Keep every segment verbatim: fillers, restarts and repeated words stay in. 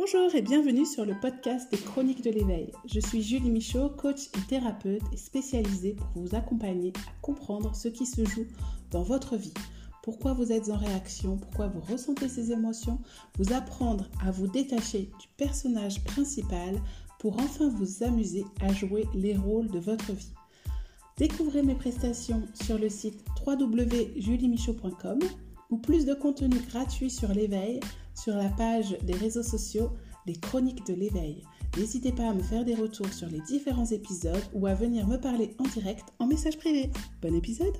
Bonjour et bienvenue sur le podcast des Chroniques de l'éveil. Je suis Julie Michaud, coach et thérapeute et spécialisée pour vous accompagner à comprendre ce qui se joue dans votre vie. Pourquoi vous êtes en réaction, pourquoi vous ressentez ces émotions, vous apprendre à vous détacher du personnage principal pour enfin vous amuser à jouer les rôles de votre vie. Découvrez mes prestations sur le site w w w point julie michaud point com ou plus de contenu gratuit sur l'éveil sur la page des réseaux sociaux des Chroniques de l'éveil. N'hésitez pas à me faire des retours sur les différents épisodes ou à venir me parler en direct en message privé. Bon épisode!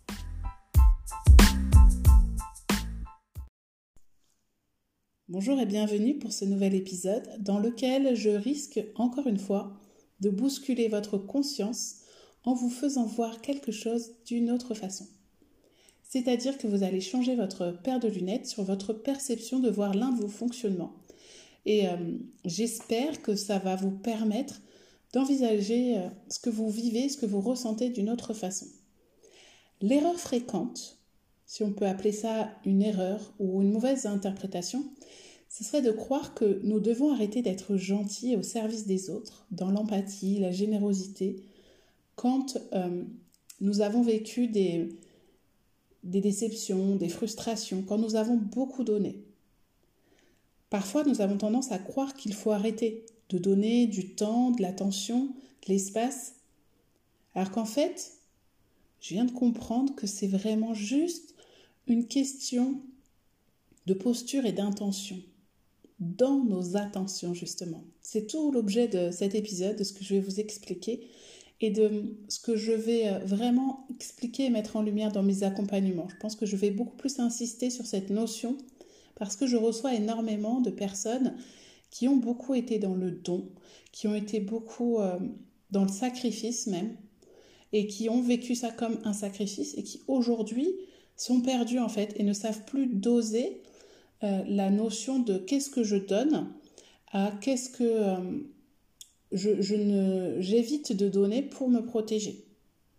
Bonjour et bienvenue pour ce nouvel épisode dans lequel je risque encore une fois de bousculer votre conscience en vous faisant voir quelque chose d'une autre façon. C'est-à-dire que vous allez changer votre paire de lunettes sur votre perception de voir l'un de vos fonctionnements. Et euh, j'espère que ça va vous permettre d'envisager euh, ce que vous vivez, ce que vous ressentez d'une autre façon. L'erreur fréquente, si on peut appeler ça une erreur ou une mauvaise interprétation, ce serait de croire que nous devons arrêter d'être gentils au service des autres, dans l'empathie, la générosité, quand euh, nous avons vécu des... des déceptions, des frustrations, quand nous avons beaucoup donné. Parfois, nous avons tendance à croire qu'il faut arrêter de donner du temps, de l'attention, de l'espace, alors qu'en fait, je viens de comprendre que c'est vraiment juste une question de posture et d'intention, dans nos attentions justement. C'est tout l'objet de cet épisode, de ce que je vais vous expliquer, et de ce que je vais vraiment expliquer et mettre en lumière dans mes accompagnements. Je pense que je vais beaucoup plus insister sur cette notion parce que je reçois énormément de personnes qui ont beaucoup été dans le don, qui ont été beaucoup euh, dans le sacrifice même, et qui ont vécu ça comme un sacrifice et qui aujourd'hui sont perdus en fait et ne savent plus doser euh, la notion de qu'est-ce que je donne à qu'est-ce que... Euh, Je, je ne, j'évite de donner pour me protéger.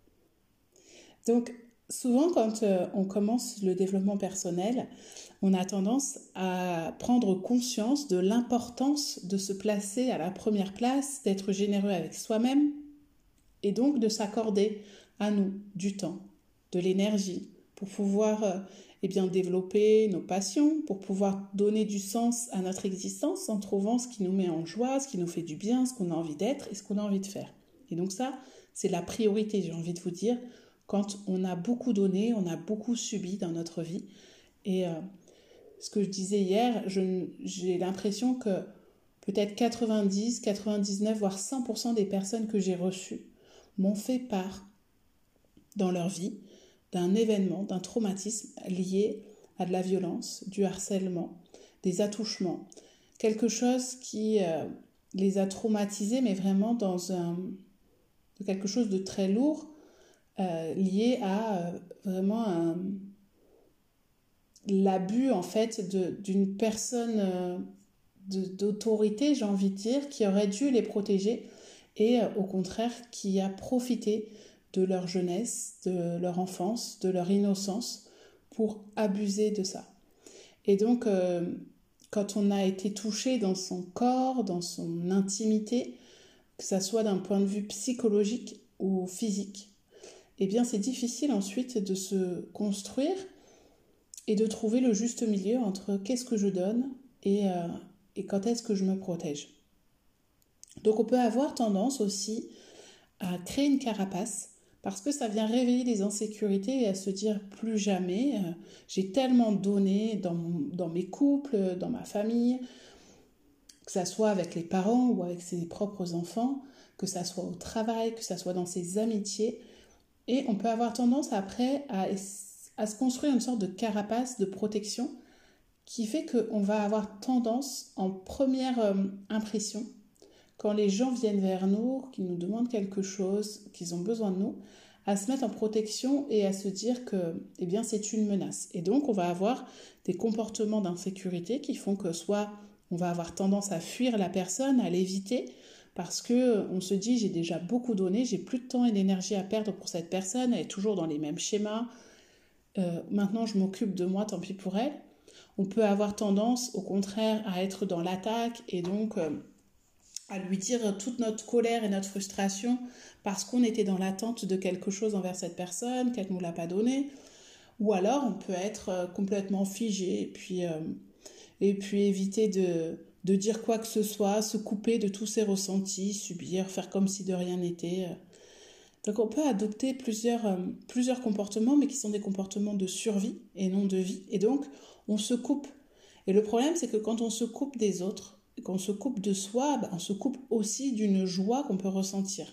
Donc, souvent, quand euh, on commence le développement personnel, on a tendance à prendre conscience de l'importance de se placer à la première place, d'être généreux avec soi-même et donc de s'accorder à nous du temps, de l'énergie pour pouvoir euh, eh bien, développer nos passions, pour pouvoir donner du sens à notre existence en trouvant ce qui nous met en joie, ce qui nous fait du bien, ce qu'on a envie d'être et ce qu'on a envie de faire. Et donc ça, c'est la priorité, j'ai envie de vous dire, quand on a beaucoup donné, on a beaucoup subi dans notre vie. Et euh, ce que je disais hier, je, j'ai l'impression que peut-être quatre-vingt-dix, quatre-vingt-dix-neuf, voire cent pour cent des personnes que j'ai reçues m'ont fait part dans leur vie d'un événement, d'un traumatisme lié à de la violence, du harcèlement, des attouchements. Quelque chose qui euh, les a traumatisés, mais vraiment dans un, quelque chose de très lourd, euh, lié à euh, vraiment un, l'abus en fait de, d'une personne euh, de, d'autorité, j'ai envie de dire, qui aurait dû les protéger et euh, au contraire qui a profité de leur jeunesse, de leur enfance, de leur innocence, pour abuser de ça. Et donc, euh, quand on a été touché dans son corps, dans son intimité, que ça soit d'un point de vue psychologique ou physique, eh bien c'est difficile ensuite de se construire et de trouver le juste milieu entre qu'est-ce que je donne et, euh, et quand est-ce que je me protège. Donc on peut avoir tendance aussi à créer une carapace parce que ça vient réveiller les insécurités et à se dire plus jamais, euh, j'ai tellement donné dans, mon, dans mes couples, dans ma famille, que ça soit avec les parents ou avec ses propres enfants, que ça soit au travail, que ça soit dans ses amitiés. Et on peut avoir tendance après à, à se construire une sorte de carapace de protection qui fait qu'on va avoir tendance en première euh, impression, quand les gens viennent vers nous, qu'ils nous demandent quelque chose, qu'ils ont besoin de nous, à se mettre en protection et à se dire que eh bien, c'est une menace. Et donc, on va avoir des comportements d'insécurité qui font que soit on va avoir tendance à fuir la personne, à l'éviter, parce qu'on se dit j'ai déjà beaucoup donné, j'ai plus de temps et d'énergie à perdre pour cette personne, elle est toujours dans les mêmes schémas, euh, maintenant je m'occupe de moi, tant pis pour elle. On peut avoir tendance, au contraire, à être dans l'attaque et donc euh, à lui dire toute notre colère et notre frustration parce qu'on était dans l'attente de quelque chose envers cette personne, qu'elle ne nous l'a pas donné. Ou alors, on peut être euh, complètement figé et puis, euh, et puis éviter de, de dire quoi que ce soit, se couper de tous ses ressentis, subir, faire comme si de rien n'était. Donc, on peut adopter plusieurs, euh, plusieurs comportements, mais qui sont des comportements de survie et non de vie. Et donc, on se coupe. Et le problème, c'est que quand on se coupe des autres, qu'on se coupe de soi, ben, on se coupe aussi d'une joie qu'on peut ressentir.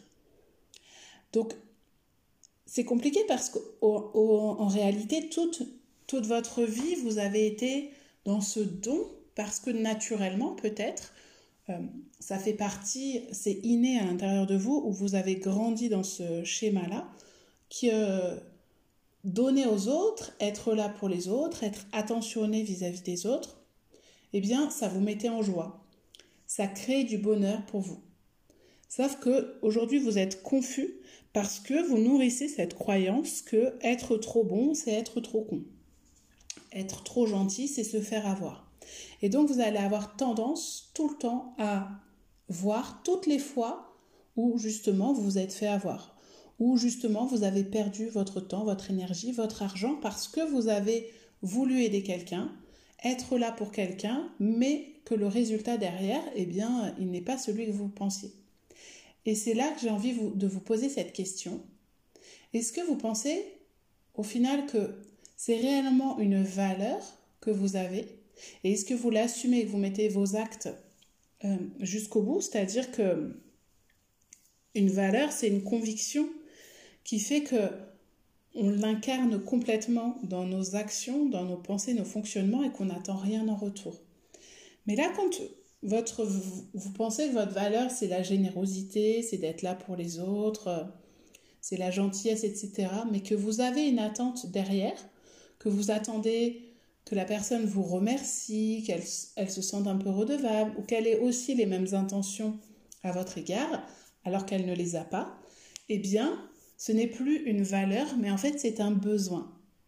Donc, c'est compliqué parce qu'en réalité, toute, toute votre vie, vous avez été dans ce don parce que naturellement, peut-être, euh, ça fait partie, c'est inné à l'intérieur de vous, où vous avez grandi dans ce schéma-là, qui euh, donner aux autres, être là pour les autres, être attentionné vis-à-vis des autres, eh bien, ça vous mettait en joie. Ça crée du bonheur pour vous. Sauf qu'aujourd'hui, vous êtes confus parce que vous nourrissez cette croyance que être trop bon, c'est être trop con. Être trop gentil, c'est se faire avoir. Et donc, vous allez avoir tendance tout le temps à voir toutes les fois où justement vous vous êtes fait avoir, où justement vous avez perdu votre temps, votre énergie, votre argent parce que vous avez voulu aider quelqu'un, être là pour quelqu'un, mais que le résultat derrière, eh bien, il n'est pas celui que vous pensiez. Et c'est là que j'ai envie de vous poser cette question. Est-ce que vous pensez, au final, que c'est réellement une valeur que vous avez? Et est-ce que vous l'assumez, que vous mettez vos actes euh, jusqu'au bout? C'est-à-dire que une valeur, c'est une conviction qui fait que on l'incarne complètement dans nos actions, dans nos pensées, nos fonctionnements et qu'on n'attend rien en retour. Mais là, quand votre, vous, vous pensez que votre valeur, c'est la générosité, c'est d'être là pour les autres, c'est la gentillesse, et cetera, mais que vous avez une attente derrière, que vous attendez que la personne vous remercie, qu'elle elle se sente un peu redevable, ou qu'elle ait aussi les mêmes intentions à votre égard, alors qu'elle ne les a pas, eh bien, ce n'est plus une valeur, mais en fait, c'est un besoin.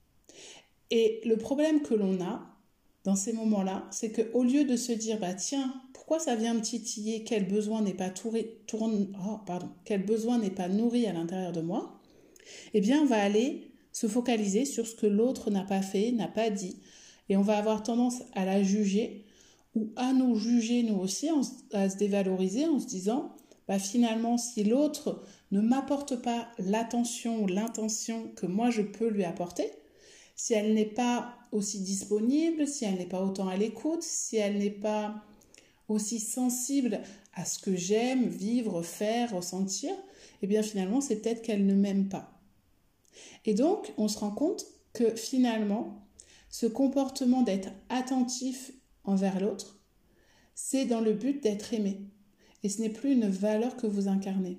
Et le problème que l'on a dans ces moments-là, c'est qu'au lieu de se dire, bah tiens, pourquoi ça vient me titiller, quel besoin n'est pas, touré, tourne, oh, pardon, quel besoin n'est pas nourri à l'intérieur de moi, eh bien, on va aller se focaliser sur ce que l'autre n'a pas fait, n'a pas dit, et on va avoir tendance à la juger, ou à nous juger nous aussi, à se dévaloriser en se disant, bah finalement, si l'autre ne m'apporte pas l'attention ou l'intention que moi je peux lui apporter, si elle n'est pas aussi disponible, si elle n'est pas autant à l'écoute, si elle n'est pas aussi sensible à ce que j'aime vivre, faire, ressentir, eh bien finalement c'est peut-être qu'elle ne m'aime pas. Et donc on se rend compte que finalement ce comportement d'être attentif envers l'autre, c'est dans le but d'être aimé. Et ce n'est plus une valeur que vous incarnez.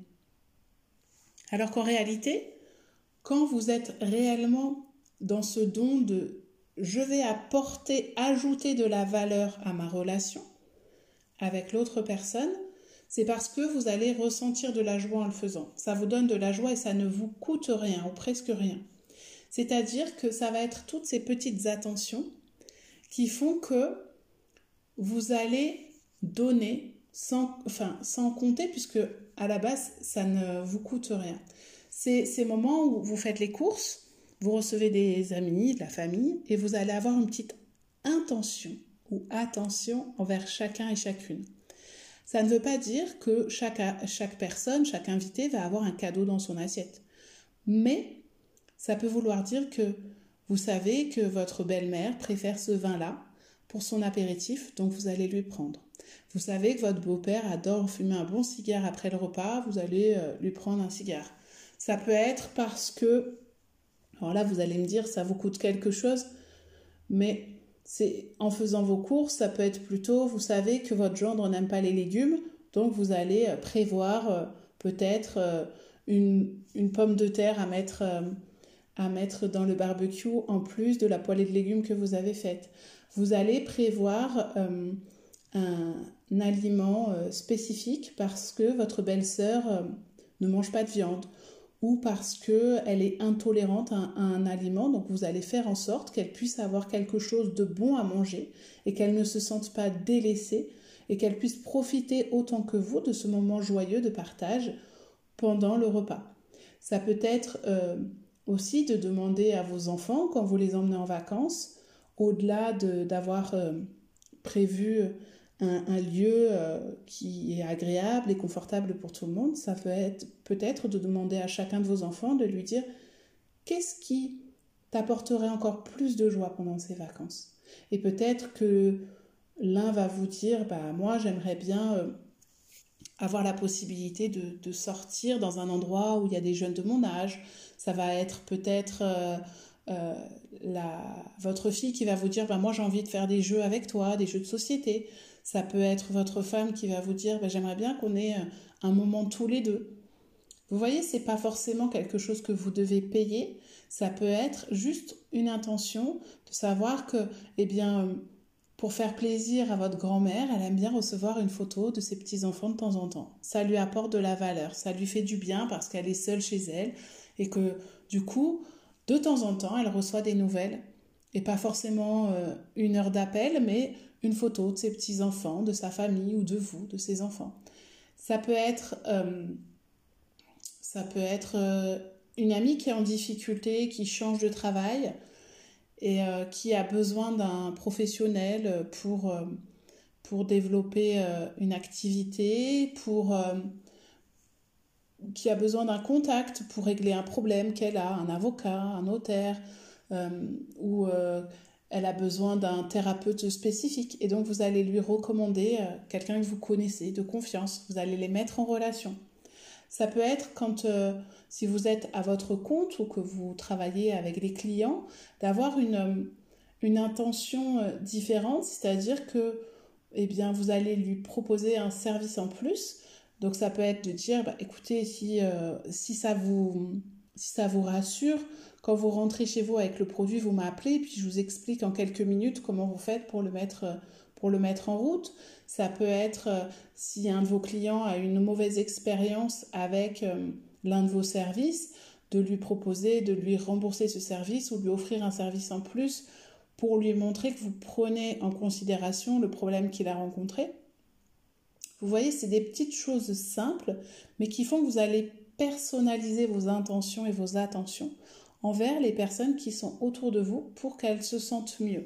Alors qu'en réalité, quand vous êtes réellement dans ce don de « je vais apporter, ajouter de la valeur à ma relation avec l'autre personne », c'est parce que vous allez ressentir de la joie en le faisant. Ça vous donne de la joie et ça ne vous coûte rien ou presque rien. C'est-à-dire que ça va être toutes ces petites attentions qui font que vous allez donner sans, enfin, sans compter, puisque à la base, ça ne vous coûte rien. C'est ces moments où vous faites les courses, vous recevez des amis, de la famille, et vous allez avoir une petite intention ou attention envers chacun et chacune. Ça ne veut pas dire que chaque, chaque personne, chaque invité va avoir un cadeau dans son assiette. Mais ça peut vouloir dire que vous savez que votre belle-mère préfère ce vin-là pour son apéritif, donc vous allez lui prendre. Vous savez que votre beau-père adore fumer un bon cigare après le repas, vous allez euh, lui prendre un cigare. Ça peut être parce que, alors là vous allez me dire ça vous coûte quelque chose, mais c'est en faisant vos courses, ça peut être plutôt, vous savez que votre gendre n'aime pas les légumes, donc vous allez prévoir euh, peut-être euh, une, une pomme de terre à mettre, euh, à mettre dans le barbecue en plus de la poêlée de légumes que vous avez faite. Vous allez prévoir euh, un, un aliment euh, spécifique parce que votre belle-sœur euh, ne mange pas de viande. ou parce qu'elle est intolérante à un, à un aliment. Donc vous allez faire en sorte qu'elle puisse avoir quelque chose de bon à manger et qu'elle ne se sente pas délaissée et qu'elle puisse profiter autant que vous de ce moment joyeux de partage pendant le repas. Ça peut être euh, aussi de demander à vos enfants, quand vous les emmenez en vacances, au-delà de, d'avoir euh, prévu un, un lieu euh, qui est agréable et confortable pour tout le monde, ça peut être peut-être de demander à chacun de vos enfants de lui dire qu'est-ce qui t'apporterait encore plus de joie pendant ces vacances. Et peut-être que l'un va vous dire, bah, moi j'aimerais bien euh, avoir la possibilité de, de sortir dans un endroit où il y a des jeunes de mon âge. Ça va être peut-être euh, euh, la, votre fille qui va vous dire, bah, moi j'ai envie de faire des jeux avec toi, des jeux de société. Ça peut être votre femme qui va vous dire, bah, j'aimerais bien qu'on ait un moment tous les deux. Vous voyez, c'est pas forcément quelque chose que vous devez payer. Ça peut être juste une intention de savoir que, eh bien, pour faire plaisir à votre grand-mère, elle aime bien recevoir une photo de ses petits-enfants de temps en temps. Ça lui apporte de la valeur, ça lui fait du bien parce qu'elle est seule chez elle et que, du coup, de temps en temps, elle reçoit des nouvelles. Et pas forcément euh, une heure d'appel, mais une photo de ses petits-enfants, de sa famille ou de vous, de ses enfants. Ça peut être, euh, ça peut être euh, une amie qui est en difficulté, qui change de travail et euh, qui a besoin d'un professionnel pour, euh, pour développer euh, une activité, pour, euh, qui a besoin d'un contact pour régler un problème qu'elle a, un avocat, un notaire, euh, ou euh, elle a besoin d'un thérapeute spécifique. Et donc vous allez lui recommander euh, quelqu'un que vous connaissez, de confiance. Vous allez les mettre en relation. Ça peut être quand, euh, si vous êtes à votre compte ou que vous travaillez avec des clients, d'avoir une, une intention euh, différente, c'est-à-dire que eh bien, vous allez lui proposer un service en plus. Donc ça peut être de dire, bah, écoutez, si, euh, si, ça vous, si ça vous rassure, quand vous rentrez chez vous avec le produit, vous m'appelez, puis je vous explique en quelques minutes comment vous faites pour le mettre, pour le mettre en route. Ça peut être, euh, si un de vos clients a une mauvaise expérience avec euh, l'un de vos services, de lui proposer, de lui rembourser ce service ou de lui offrir un service en plus pour lui montrer que vous prenez en considération le problème qu'il a rencontré. Vous voyez, c'est des petites choses simples, mais qui font que vous allez personnaliser vos intentions et vos attentions envers les personnes qui sont autour de vous pour qu'elles se sentent mieux.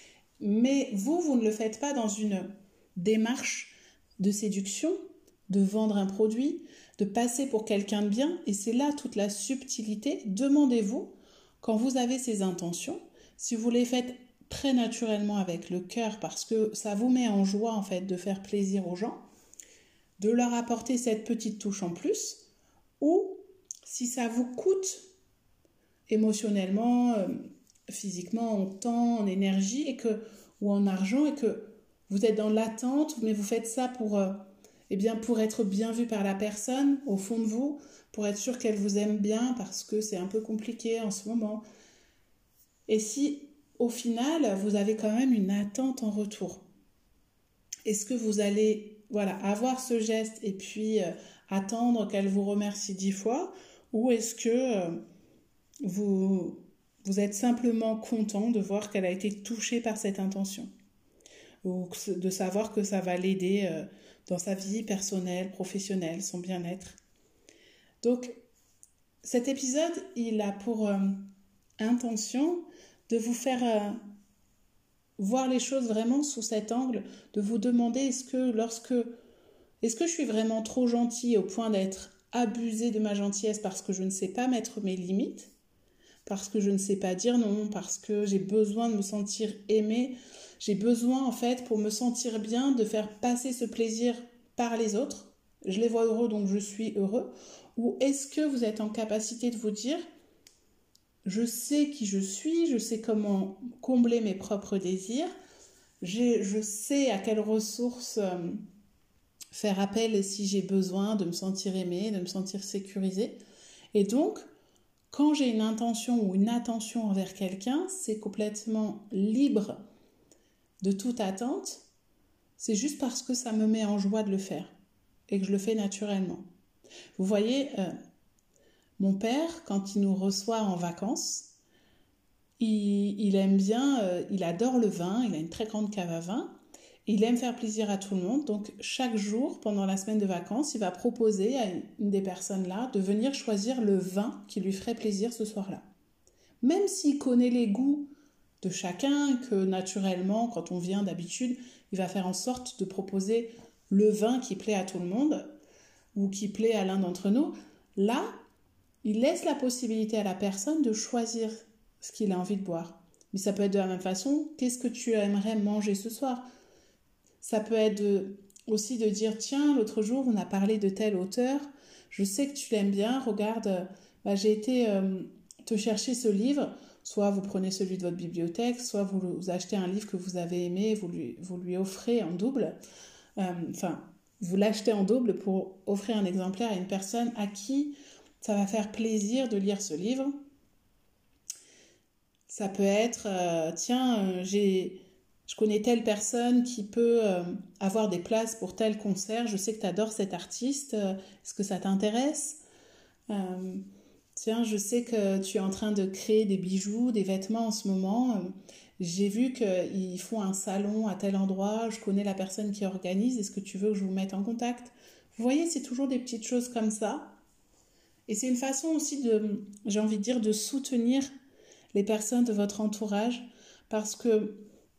Mais vous, vous ne le faites pas dans une démarche de séduction, de vendre un produit, de passer pour quelqu'un de bien, et c'est là toute la subtilité. Demandez-vous, quand vous avez ces intentions, si vous les faites très naturellement avec le cœur, parce que ça vous met en joie en fait de faire plaisir aux gens, de leur apporter cette petite touche en plus, ou si ça vous coûte émotionnellement, euh, physiquement, en temps, en énergie et que, ou en argent, et que vous êtes dans l'attente, mais vous faites ça pour, euh, eh bien, pour être bien vu par la personne, au fond de vous, pour être sûr qu'elle vous aime bien, parce que c'est un peu compliqué en ce moment. Et si, au final, vous avez quand même une attente en retour, est-ce que vous allez voilà, avoir ce geste et puis euh, attendre qu'elle vous remercie dix fois, ou est-ce que euh, vous, vous êtes simplement content de voir qu'elle a été touchée par cette intention, ou de savoir que ça va l'aider euh, dans sa vie personnelle, professionnelle, son bien-être. Donc, cet épisode, il a pour euh, intention de vous faire euh, voir les choses vraiment sous cet angle, de vous demander est-ce que lorsque est-ce que je suis vraiment trop gentille au point d'être abusée de ma gentillesse parce que je ne sais pas mettre mes limites, parce que je ne sais pas dire non, parce que j'ai besoin de me sentir aimée, j'ai besoin en fait pour me sentir bien de faire passer ce plaisir par les autres, je les vois heureux donc je suis heureux, ou est-ce que vous êtes en capacité de vous dire je sais qui je suis, je sais comment combler mes propres désirs, j'ai, je sais à quelles ressources euh, faire appel si j'ai besoin de me sentir aimée, de me sentir sécurisée. Et donc, quand j'ai une intention ou une attention envers quelqu'un, c'est complètement libre de toute attente. C'est juste parce que ça me met en joie de le faire et que je le fais naturellement. Vous voyez, euh, Mon père, quand il nous reçoit en vacances, il, il aime bien, euh, il adore le vin, il a une très grande cave à vin, il aime faire plaisir à tout le monde, donc chaque jour, pendant la semaine de vacances, il va proposer à une des personnes là de venir choisir le vin qui lui ferait plaisir ce soir-là. Même s'il connaît les goûts de chacun, que naturellement, quand on vient d'habitude, il va faire en sorte de proposer le vin qui plaît à tout le monde ou qui plaît à l'un d'entre nous, là, il laisse la possibilité à la personne de choisir ce qu'il a envie de boire. Mais ça peut être de la même façon, qu'est-ce que tu aimerais manger ce soir ? Ça peut être de, aussi de dire, tiens, l'autre jour, on a parlé de tel auteur, je sais que tu l'aimes bien, regarde, bah, j'ai été euh, te chercher ce livre, soit vous prenez celui de votre bibliothèque, soit vous, vous achetez un livre que vous avez aimé, vous lui, vous lui offrez en double, euh, enfin, vous l'achetez en double pour offrir un exemplaire à une personne à qui ça va faire plaisir de lire ce livre. Ça peut être, euh, tiens, euh, j'ai... je connais telle personne qui peut euh, avoir des places pour tel concert, je sais que tu adores cet artiste, euh, est-ce que ça t'intéresse ? euh, Tiens, je sais que tu es en train de créer des bijoux, des vêtements en ce moment, euh, j'ai vu qu'ils font un salon à tel endroit, je connais la personne qui organise, est-ce que tu veux que je vous mette en contact ? Vous voyez, c'est toujours des petites choses comme ça. Et c'est une façon aussi de, j'ai envie de dire, de soutenir les personnes de votre entourage, parce que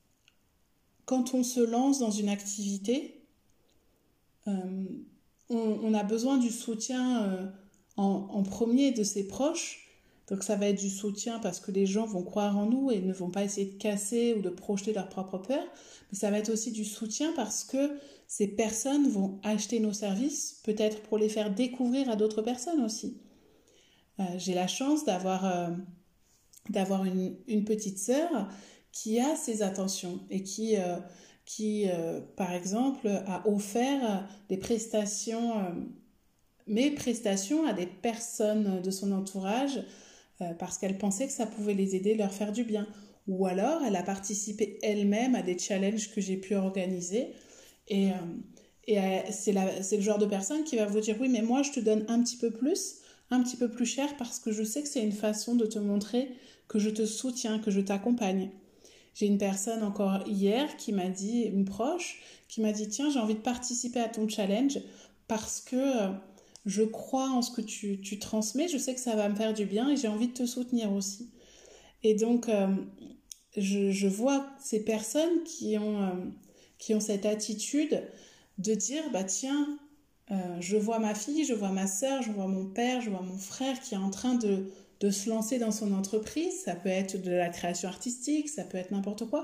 quand on se lance dans une activité, euh, on, on a besoin du soutien euh, en, en premier de ses proches. Donc ça va être du soutien parce que les gens vont croire en nous et ne vont pas essayer de casser ou de projeter leur propre peur. Mais ça va être aussi du soutien parce que ces personnes vont acheter nos services, peut-être pour les faire découvrir à d'autres personnes aussi. Euh, j'ai la chance d'avoir, euh, d'avoir une, une petite sœur qui a ses attentions et qui, euh, qui euh, par exemple, a offert des prestations, euh, mes prestations à des personnes de son entourage euh, parce qu'elle pensait que ça pouvait les aider, leur faire du bien. Ou alors, elle a participé elle-même à des challenges que j'ai pu organiser et, euh, et euh, c'est, la, c'est le genre de personne qui va vous dire « Oui, mais moi, je te donne un petit peu plus, un petit peu plus cher parce que je sais que c'est une façon de te montrer que je te soutiens, que je t'accompagne. » J'ai une personne encore hier qui m'a dit, une proche, qui m'a dit « Tiens, j'ai envie de participer à ton challenge parce que euh, je crois en ce que tu, tu transmets, je sais que ça va me faire du bien et j'ai envie de te soutenir aussi. » Et donc, euh, je, je vois ces personnes qui ont, euh, qui ont cette attitude de dire « Bah tiens, euh, je vois ma fille, je vois ma sœur, je vois mon père, je vois mon frère qui est en train de... de se lancer dans son entreprise, ça peut être de la création artistique, ça peut être n'importe quoi.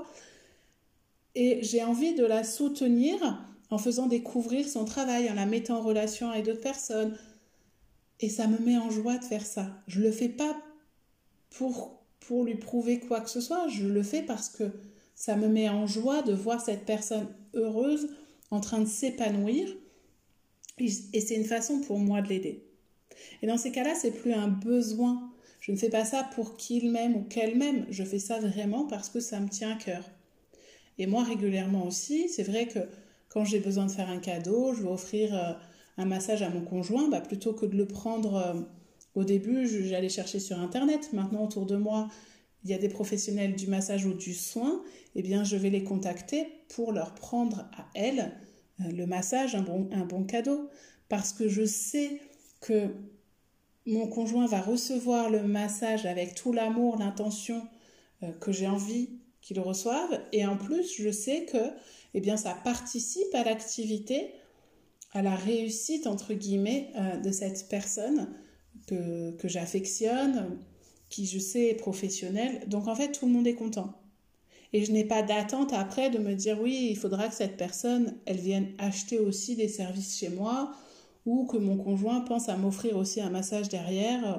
Et j'ai envie de la soutenir en faisant découvrir son travail, en la mettant en relation avec d'autres personnes. Et ça me met en joie de faire ça. Je ne le fais pas pour, pour lui prouver quoi que ce soit, je le fais parce que ça me met en joie de voir cette personne heureuse, en train de s'épanouir. Et, et c'est une façon pour moi de l'aider. Et dans ces cas-là, c'est plus un besoin. Je ne fais pas ça pour qu'il m'aime ou qu'elle m'aime. Je fais ça vraiment parce que ça me tient à cœur. Et moi, régulièrement aussi, c'est vrai que quand j'ai besoin de faire un cadeau, je vais offrir euh, un massage à mon conjoint, bah, plutôt que de le prendre euh, au début, j'allais chercher sur Internet. Maintenant, autour de moi, il y a des professionnels du massage ou du soin. Eh bien, je vais les contacter pour leur prendre à elles euh, le massage, un bon, un bon cadeau. Parce que je sais que mon conjoint va recevoir le massage avec tout l'amour, l'intention euh, que j'ai envie qu'il reçoive. Et en plus, je sais que eh bien, ça participe à l'activité, à la réussite, entre guillemets, euh, de cette personne que, que j'affectionne, qui, je sais, est professionnelle. Donc, en fait, tout le monde est content. Et je n'ai pas d'attente après de me dire, oui, il faudra que cette personne, elle vienne acheter aussi des services chez moi, ou que mon conjoint pense à m'offrir aussi un massage derrière.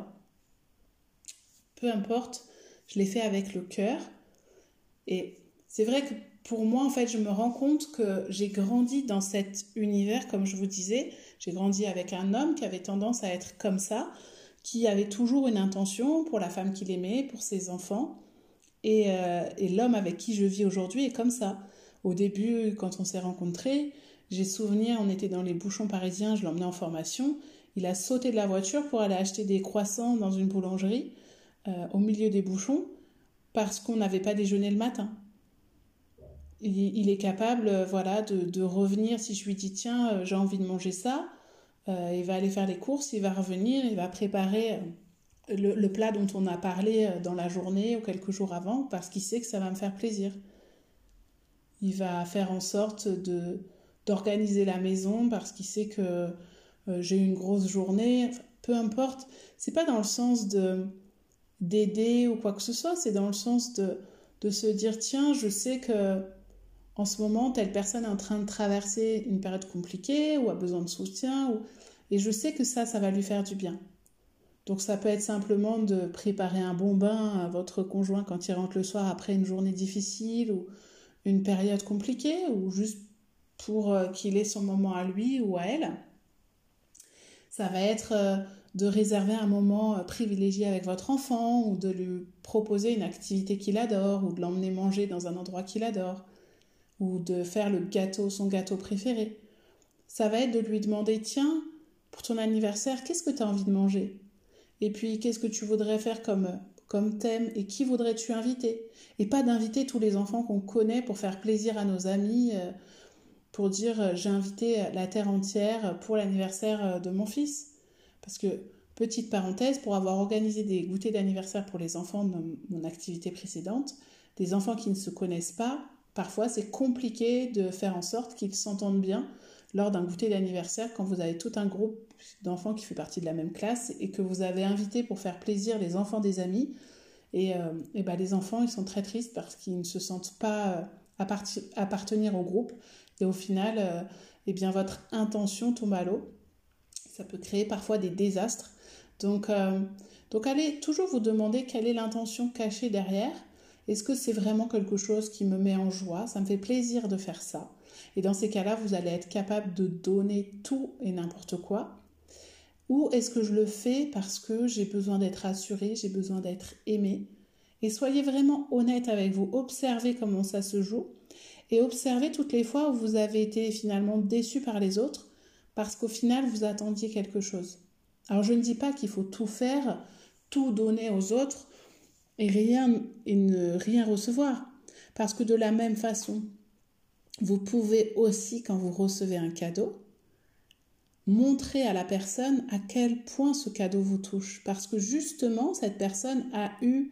Peu importe, je l'ai fait avec le cœur. Et c'est vrai que pour moi, en fait, je me rends compte que j'ai grandi dans cet univers, comme je vous disais. J'ai grandi avec un homme qui avait tendance à être comme ça, qui avait toujours une intention pour la femme qu'il aimait, pour ses enfants. Et, euh, et l'homme avec qui je vis aujourd'hui est comme ça. Au début, quand on s'est rencontrés, j'ai souvenir, on était dans les bouchons parisiens, je l'emmenais en formation, il a sauté de la voiture pour aller acheter des croissants dans une boulangerie euh, au milieu des bouchons parce qu'on n'avait pas déjeuné le matin. Il, il est capable euh, voilà, de, de revenir si je lui dis tiens, euh, j'ai envie de manger ça. Euh, il va aller faire les courses, il va revenir, il va préparer euh, le, le plat dont on a parlé euh, dans la journée ou quelques jours avant parce qu'il sait que ça va me faire plaisir. Il va faire en sorte de, d'organiser la maison parce qu'il sait que euh, j'ai une grosse journée. Enfin, peu importe, c'est pas dans le sens de, d'aider ou quoi que ce soit, c'est dans le sens de, de se dire tiens, je sais que en ce moment, telle personne est en train de traverser une période compliquée ou a besoin de soutien ou... et je sais que ça, ça va lui faire du bien. Donc ça peut être simplement de préparer un bon bain à votre conjoint quand il rentre le soir après une journée difficile ou une période compliquée ou juste pour qu'il ait son moment à lui ou à elle. Ça va être de réserver un moment privilégié avec votre enfant ou de lui proposer une activité qu'il adore ou de l'emmener manger dans un endroit qu'il adore ou de faire le gâteau, son gâteau préféré. Ça va être de lui demander tiens, pour ton anniversaire, qu'est-ce que tu as envie de manger ? Et puis, qu'est-ce que tu voudrais faire comme, comme thème et qui voudrais-tu inviter ? Et pas d'inviter tous les enfants qu'on connaît pour faire plaisir à nos amis, pour dire j'ai invité la terre entière pour l'anniversaire de mon fils. Parce que, petite parenthèse, pour avoir organisé des goûters d'anniversaire pour les enfants de mon activité précédente, des enfants qui ne se connaissent pas, parfois c'est compliqué de faire en sorte qu'ils s'entendent bien lors d'un goûter d'anniversaire quand vous avez tout un groupe d'enfants qui fait partie de la même classe et que vous avez invité pour faire plaisir les enfants des amis. Et, euh, et ben les enfants, ils sont très tristes parce qu'ils ne se sentent pas apparti- appartenir au groupe. Et au final, euh, eh bien, votre intention tombe à l'eau. Ça peut créer parfois des désastres. Donc, euh, donc allez toujours vous demander quelle est l'intention cachée derrière. Est-ce que c'est vraiment quelque chose qui me met en joie ? Ça me fait plaisir de faire ça. Et dans ces cas-là, vous allez être capable de donner tout et n'importe quoi. Ou est-ce que je le fais parce que j'ai besoin d'être rassurée, j'ai besoin d'être aimée ? Et soyez vraiment honnête avec vous. Observez comment ça se joue. Et observez toutes les fois où vous avez été finalement déçu par les autres parce qu'au final, vous attendiez quelque chose. Alors, je ne dis pas qu'il faut tout faire, tout donner aux autres et rien, et ne rien recevoir. Parce que de la même façon, vous pouvez aussi, quand vous recevez un cadeau, montrer à la personne à quel point ce cadeau vous touche. Parce que justement, cette personne a eu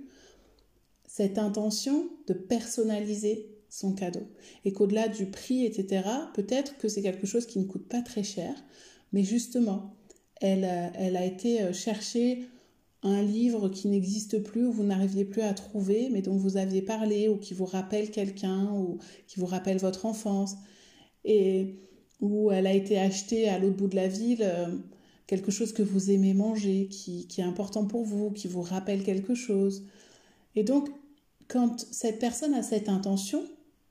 cette intention de personnaliser son cadeau. Et qu'au-delà du prix, et cetera, peut-être que c'est quelque chose qui ne coûte pas très cher, mais justement, elle, elle a été chercher un livre qui n'existe plus, ou vous n'arriviez plus à trouver, mais dont vous aviez parlé, ou qui vous rappelle quelqu'un, ou qui vous rappelle votre enfance, et où elle a été achetée à l'autre bout de la ville, euh, quelque chose que vous aimez manger, qui, qui est important pour vous, qui vous rappelle quelque chose. Et donc, quand cette personne a cette intention,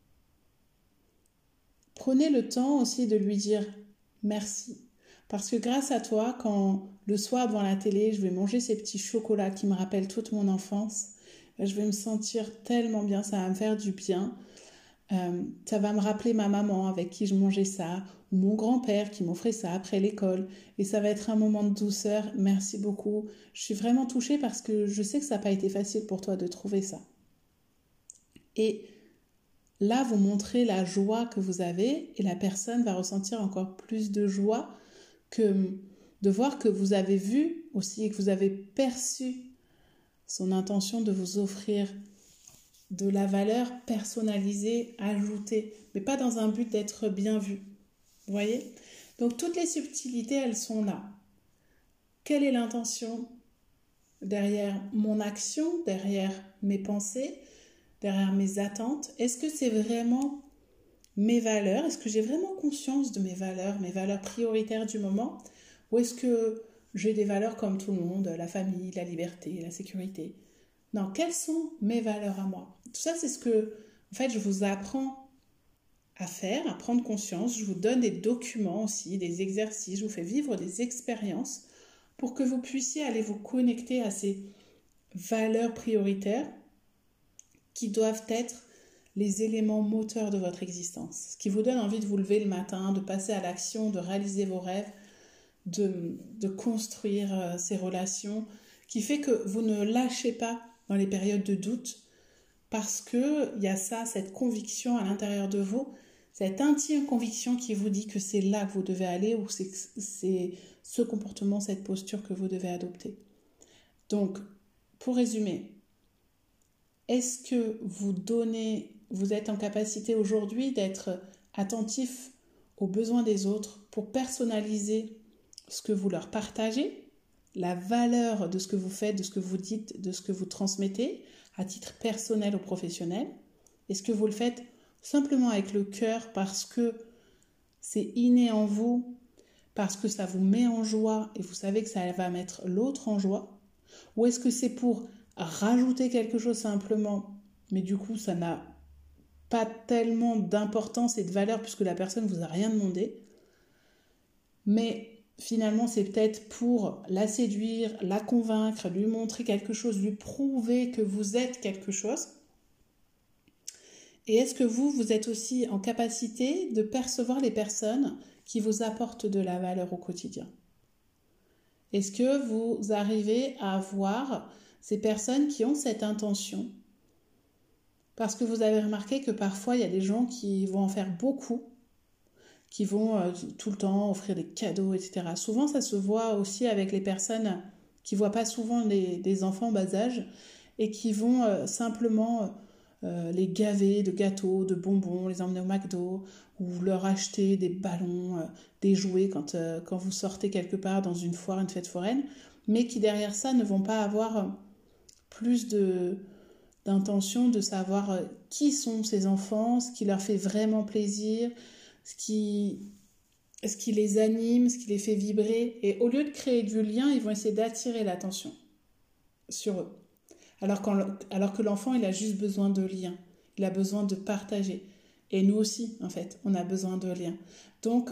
prenez le temps aussi de lui dire merci. Parce que grâce à toi, quand le soir devant la télé, je vais manger ces petits chocolats qui me rappellent toute mon enfance, je vais me sentir tellement bien, ça va me faire du bien. Euh, ça va me rappeler ma maman avec qui je mangeais ça, ou mon grand-père qui m'offrait ça après l'école. Et ça va être un moment de douceur. Merci beaucoup. Je suis vraiment touchée parce que je sais que ça n'a pas été facile pour toi de trouver ça. Et là, vous montrez la joie que vous avez et la personne va ressentir encore plus de joie que de voir que vous avez vu aussi et que vous avez perçu son intention de vous offrir de la valeur personnalisée, ajoutée, mais pas dans un but d'être bien vu. Vous voyez ? Donc toutes les subtilités, elles sont là. Quelle est l'intention derrière mon action, derrière mes pensées, derrière mes attentes ? Est-ce que c'est vraiment mes valeurs ? Est-ce que j'ai vraiment conscience de mes valeurs, mes valeurs prioritaires du moment ? Ou est-ce que j'ai des valeurs comme tout le monde, la famille, la liberté, la sécurité ? Non, quelles sont mes valeurs à moi ? Tout ça, c'est ce que, en fait, je vous apprends à faire, à prendre conscience. Je vous donne des documents aussi, des exercices, je vous fais vivre des expériences pour que vous puissiez aller vous connecter à ces valeurs prioritaires qui doivent être les éléments moteurs de votre existence. Ce qui vous donne envie de vous lever le matin, de passer à l'action, de réaliser vos rêves, de, de construire euh, ces relations, qui fait que vous ne lâchez pas dans les périodes de doute, parce qu'il y a ça, cette conviction à l'intérieur de vous, cette intime conviction qui vous dit que c'est là que vous devez aller, ou c'est, c'est ce comportement, cette posture que vous devez adopter. Donc, pour résumer, est-ce que vous donnez, vous êtes en capacité aujourd'hui d'être attentif aux besoins des autres pour personnaliser ce que vous leur partagez, la valeur de ce que vous faites, de ce que vous dites, de ce que vous transmettez, à titre personnel ou professionnel? Est-ce que vous le faites simplement avec le cœur parce que c'est inné en vous, parce que ça vous met en joie et vous savez que ça va mettre l'autre en joie? Ou est-ce que c'est pour rajouter quelque chose simplement, mais du coup ça n'a pas tellement d'importance et de valeur puisque la personne ne vous a rien demandé, mais finalement c'est peut-être pour la séduire, la convaincre, lui montrer quelque chose, lui prouver que vous êtes quelque chose? Et est-ce que vous, vous êtes aussi en capacité de percevoir les personnes qui vous apportent de la valeur au quotidien? Est-ce que vous arrivez à voir ces personnes qui ont cette intention? Parce que vous avez remarqué que parfois, il y a des gens qui vont en faire beaucoup, qui vont euh, tout le temps offrir des cadeaux, et cetera. Souvent, ça se voit aussi avec les personnes qui ne voient pas souvent les, des enfants en bas âge et qui vont euh, simplement euh, les gaver de gâteaux, de bonbons, les emmener au McDo ou leur acheter des ballons, euh, des jouets quand, euh, quand vous sortez quelque part dans une foire, une fête foraine, mais qui derrière ça ne vont pas avoir plus de, d'intention de savoir qui sont ces enfants, ce qui leur fait vraiment plaisir, ce qui, ce qui les anime, ce qui les fait vibrer. Et au lieu de créer du lien, ils vont essayer d'attirer l'attention sur eux. Alors, quand, alors que l'enfant, il a juste besoin de lien. Il a besoin de partager. Et nous aussi, en fait, on a besoin de lien. Donc,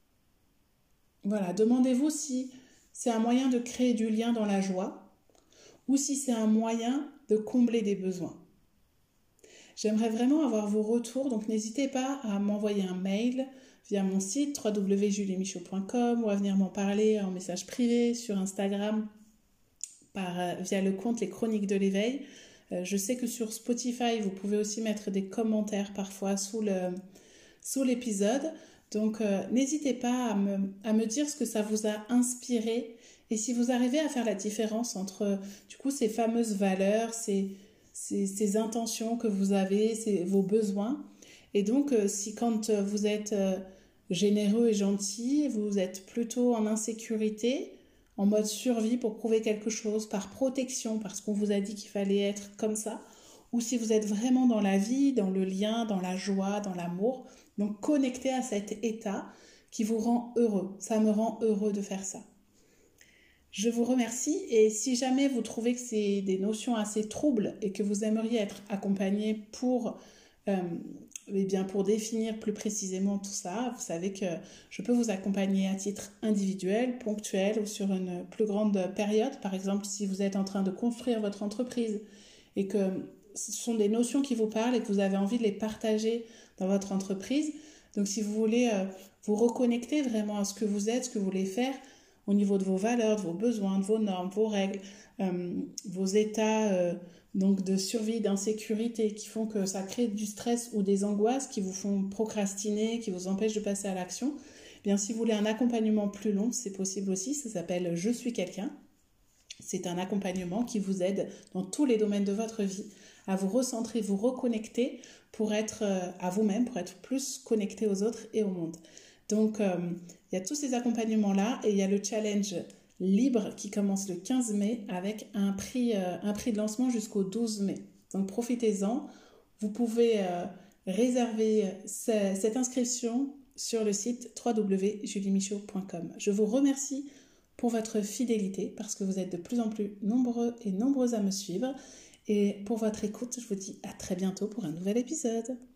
voilà, demandez-vous si c'est un moyen de créer du lien dans la joie ou si c'est un moyen de combler des besoins. J'aimerais vraiment avoir vos retours, donc n'hésitez pas à m'envoyer un mail via mon site w w w point julie michaud point com ou à venir m'en parler en message privé sur Instagram par, via le compte Les Chroniques de l'éveil. Euh, je sais que sur Spotify, vous pouvez aussi mettre des commentaires parfois sous, le, sous l'épisode. Donc euh, n'hésitez pas à me, à me dire ce que ça vous a inspiré et si vous arrivez à faire la différence entre du coup ces fameuses valeurs, ces, ces, ces intentions que vous avez, ces, vos besoins. Et donc euh, si quand vous êtes euh, généreux et gentil, vous êtes plutôt en insécurité, en mode survie pour prouver quelque chose, par protection, parce qu'on vous a dit qu'il fallait être comme ça, ou si vous êtes vraiment dans la vie, dans le lien, dans la joie, dans l'amour, donc connecté à cet état qui vous rend heureux. Ça me rend heureux de faire ça. Je vous remercie et si jamais vous trouvez que c'est des notions assez troubles et que vous aimeriez être accompagné pour... Euh, Eh bien, pour définir plus précisément tout ça, vous savez que je peux vous accompagner à titre individuel, ponctuel ou sur une plus grande période. Par exemple, si vous êtes en train de construire votre entreprise et que ce sont des notions qui vous parlent et que vous avez envie de les partager dans votre entreprise. Donc, si vous voulez euh, vous reconnecter vraiment à ce que vous êtes, ce que vous voulez faire au niveau de vos valeurs, de vos besoins, de vos normes, vos règles, euh, vos états... Euh, donc de survie, d'insécurité, qui font que ça crée du stress ou des angoisses qui vous font procrastiner, qui vous empêchent de passer à l'action. Eh bien, si vous voulez un accompagnement plus long, c'est possible aussi, ça s'appelle « Je suis quelqu'un ». C'est un accompagnement qui vous aide dans tous les domaines de votre vie à vous recentrer, vous reconnecter pour être à vous-même, pour être plus connecté aux autres et au monde. Donc, euh, il y a tous ces accompagnements-là et il y a le challenge libre qui commence le quinze mai avec un prix, euh, un prix de lancement jusqu'au douze mai. Donc profitez-en. Vous pouvez euh, réserver ce, cette inscription sur le site w w w point julie michaud point com. Je vous remercie pour votre fidélité parce que vous êtes de plus en plus nombreux et nombreuses à me suivre. Et pour votre écoute, je vous dis à très bientôt pour un nouvel épisode.